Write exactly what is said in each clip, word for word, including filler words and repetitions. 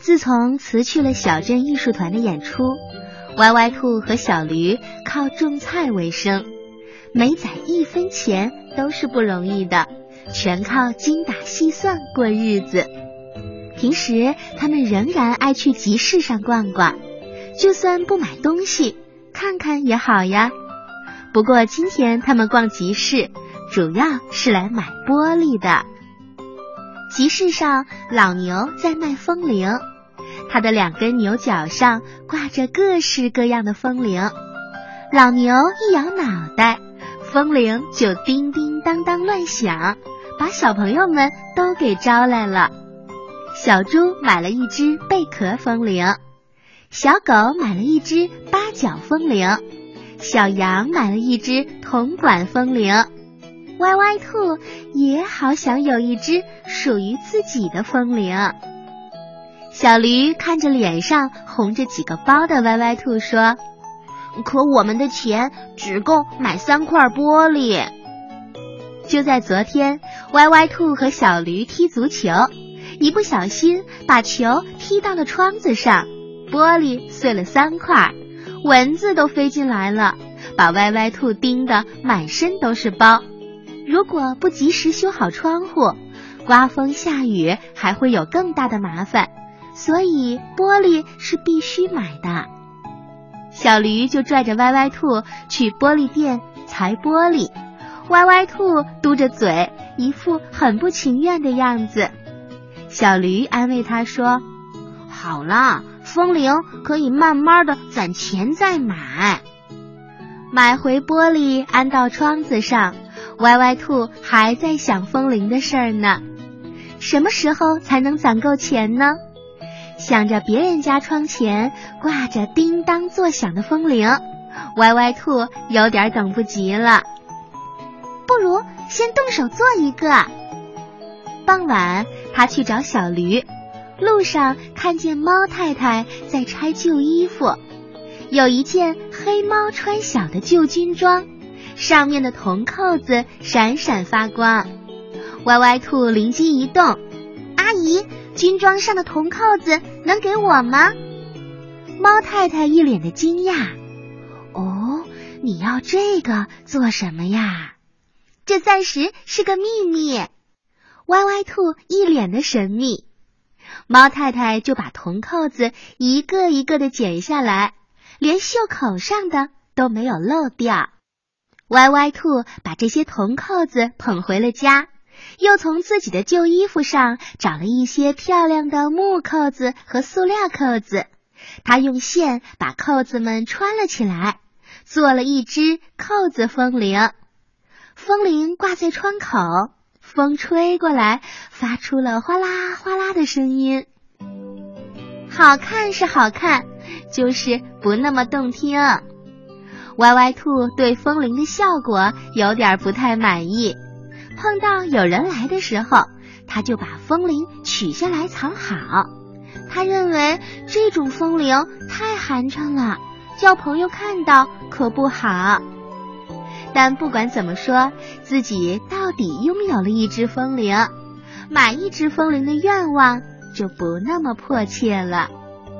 自从辞去了小镇艺术团的演出，歪歪兔和小驴靠种菜为生，每攒一分钱都是不容易的，全靠精打细算过日子。平时他们仍然爱去集市上逛逛，就算不买东西，看看也好呀。不过今天他们逛集市，主要是来买玻璃的。集市上，老牛在卖风铃，它的两根牛角上挂着各式各样的风铃。老牛一摇脑袋，风铃就叮叮当当乱响，把小朋友们都给招来了。小猪买了一只贝壳风铃，小狗买了一只八角风铃，小羊买了一只铜管风铃。歪歪兔也好想有一只属于自己的风铃。小驴看着脸上红着几个包的歪歪兔说，可我们的钱只够买三块玻璃。就在昨天，歪歪兔和小驴踢足球，一不小心把球踢到了窗子上，玻璃碎了三块，蚊子都飞进来了，把歪歪兔叮得满身都是包。如果不及时修好窗户，刮风下雨还会有更大的麻烦，所以玻璃是必须买的。小驴就拽着歪歪兔去玻璃店裁玻璃，歪歪兔嘟着嘴，一副很不情愿的样子。小驴安慰他说，好啦，风铃可以慢慢的攒钱再买。买回玻璃安到窗子上，歪歪兔还在想风铃的事儿呢。什么时候才能攒够钱呢？想着别人家窗前挂着叮当作响的风铃，歪歪兔有点等不及了。不如先动手做一个。傍晚，他去找小驴，路上看见猫太太在拆旧衣服，有一件黑猫穿小的旧军装，上面的铜扣子闪闪发光。歪歪兔灵机一动，阿姨，军装上的铜扣子能给我吗？猫太太一脸的惊讶，哦，你要这个做什么呀？这暂时是个秘密。歪歪兔一脸的神秘。猫太太就把铜扣子一个一个的剪下来，连袖口上的都没有漏掉。歪歪兔把这些铜扣子捧回了家，又从自己的旧衣服上找了一些漂亮的木扣子和塑料扣子，他用线把扣子们穿了起来，做了一只扣子风铃。风铃挂在窗口，风吹过来，发出了哗啦哗啦的声音。好看是好看，就是不那么动听。歪歪兔对风铃的效果有点不太满意，碰到有人来的时候，他就把风铃取下来藏好。他认为这种风铃太寒碜了，叫朋友看到可不好。但不管怎么说，自己到底拥有了一只风铃，买一只风铃的愿望就不那么迫切了。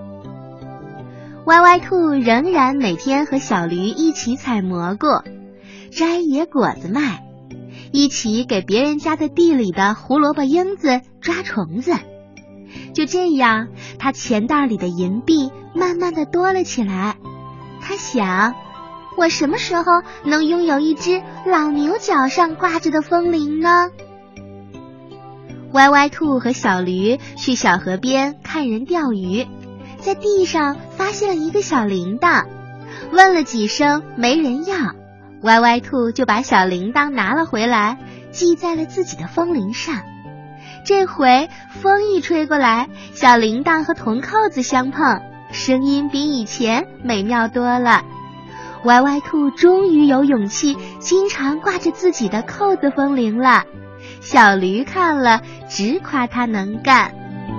歪歪兔仍然每天和小驴一起采蘑菇，摘野果子卖，一起给别人家的地里的胡萝卜缨子抓虫子。就这样，他钱袋里的银币慢慢的多了起来。他想，我什么时候能拥有一只老牛角上挂着的风铃呢？歪歪兔和小驴去小河边看人钓鱼，在地上发现了一个小铃铛，问了几声没人要，歪歪兔就把小铃铛拿了回来，系在了自己的风铃上。这回风一吹过来，小铃铛和铜扣子相碰，声音比以前美妙多了。歪歪兔终于有勇气经常挂着自己的扣子风铃了，小驴看了直夸他能干。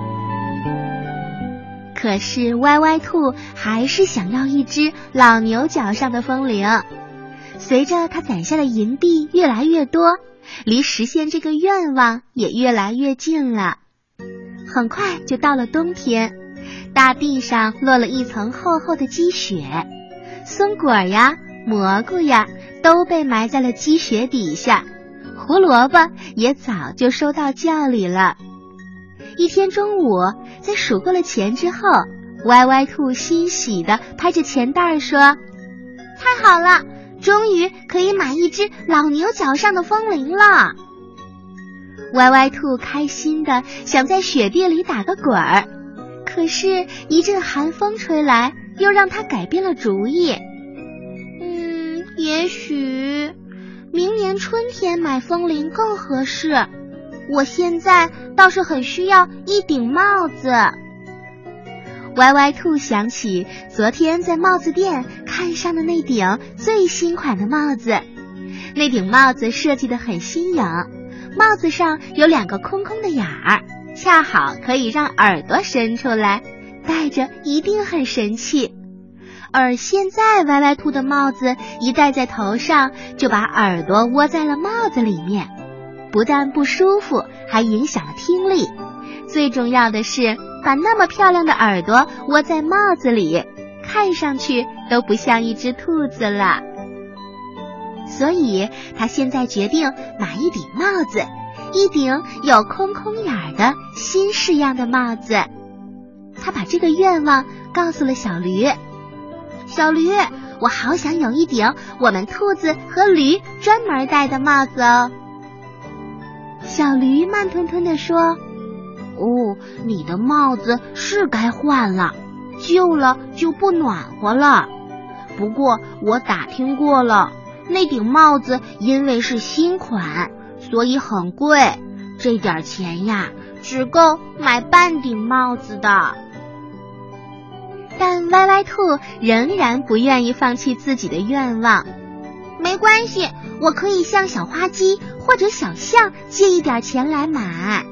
可是歪歪兔还是想要一只老牛角上的风铃。随着他攒下的银币越来越多，离实现这个愿望也越来越近了。很快就到了冬天， 大地上落了一层厚厚的积雪，松果呀、蘑菇呀都被埋在了积雪底下，胡萝卜也早就收到窖里了。一天中午，在数过了钱之后，歪歪兔欣喜地拍着钱袋说：太好了，终于可以买一只老牛角上的风铃了。歪歪兔开心地想在雪地里打个滚儿，可是一阵寒风吹来，又让他改变了主意。嗯，也许明年春天买风铃更合适，我现在倒是很需要一顶帽子。歪歪兔想起昨天在帽子店看上的那顶最新款的帽子，那顶帽子设计得很新颖，帽子上有两个空空的眼儿，恰好可以让耳朵伸出来，戴着一定很神气。而现在歪歪兔的帽子一戴在头上，就把耳朵窝在了帽子里面，不但不舒服，还影响了听力。最重要的是，把那么漂亮的耳朵窝在帽子里，看上去都不像一只兔子了。所以他现在决定买一顶帽子，一顶有空空眼的新式样的帽子。他把这个愿望告诉了小驴。小驴，我好想有一顶我们兔子和驴专门戴的帽子哦。小驴慢吞吞地说：哦，你的帽子是该换了，旧了就不暖和了。不过我打听过了，那顶帽子因为是新款，所以很贵，这点钱呀，只够买半顶帽子的。但歪歪兔仍然不愿意放弃自己的愿望。没关系，我可以向小花鸡或者小象借一点钱来买。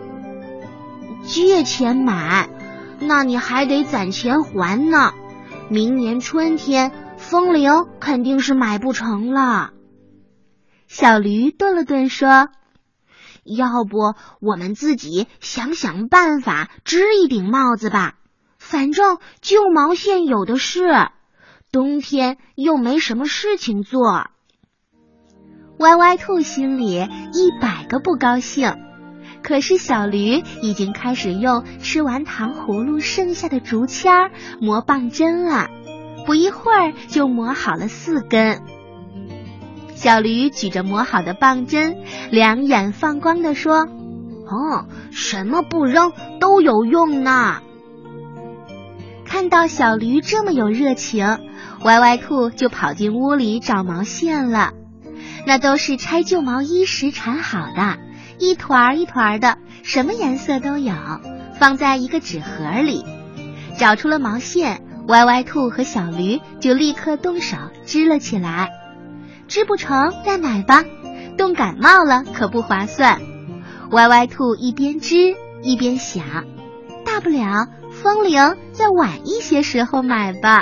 借钱买？那你还得攒钱还呢。明年春天，风铃肯定是买不成了。小驴顿了顿说：要不我们自己想想办法织一顶帽子吧，反正旧毛线有的是，冬天又没什么事情做。歪歪兔心里一百个不高兴，可是小驴已经开始用吃完糖葫芦剩下的竹签儿磨棒针了，不一会儿就磨好了四根。小驴举着磨好的棒针，两眼放光地说：哦，什么不扔都有用呢。看到小驴这么有热情，歪歪兔就跑进屋里找毛线了。那都是拆旧毛衣时缠好的，一团一团的，什么颜色都有，放在一个纸盒里。找出了毛线，歪歪兔和小驴就立刻动手织了起来。织不成再买吧，冻感冒了可不划算。歪歪兔一边织一边想，大不了风铃再晚一些时候买吧。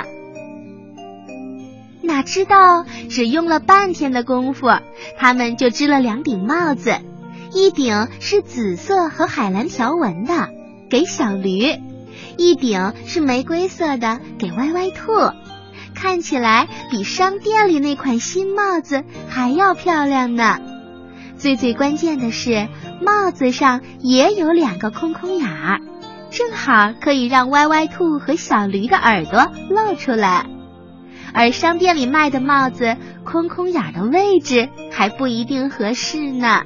哪知道只用了半天的功夫，他们就织了两顶帽子，一顶是紫色和海蓝条纹的，给小驴；一顶是玫瑰色的，给歪歪兔。看起来比商店里那款新帽子还要漂亮呢。最最关键的是，帽子上也有两个空空眼儿，正好可以让歪歪兔和小驴的耳朵露出来。而商店里卖的帽子，空空眼的位置还不一定合适呢。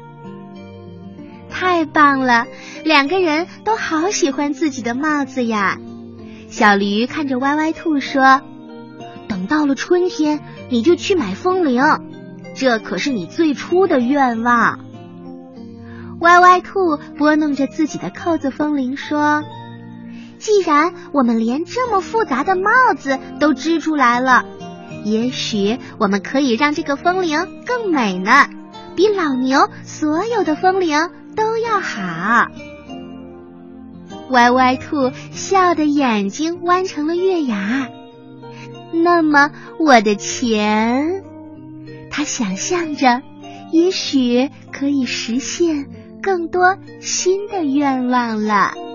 太棒了，两个人都好喜欢自己的帽子呀。小驴看着歪歪兔说：等到了春天，你就去买风铃，这可是你最初的愿望。歪歪兔拨弄着自己的扣子风铃说：既然我们连这么复杂的帽子都织出来了，也许我们可以让这个风铃更美呢，比老牛所有的风铃都要好。歪歪兔笑得眼睛弯成了月牙。那么我的钱，他想象着，也许可以实现更多新的愿望了。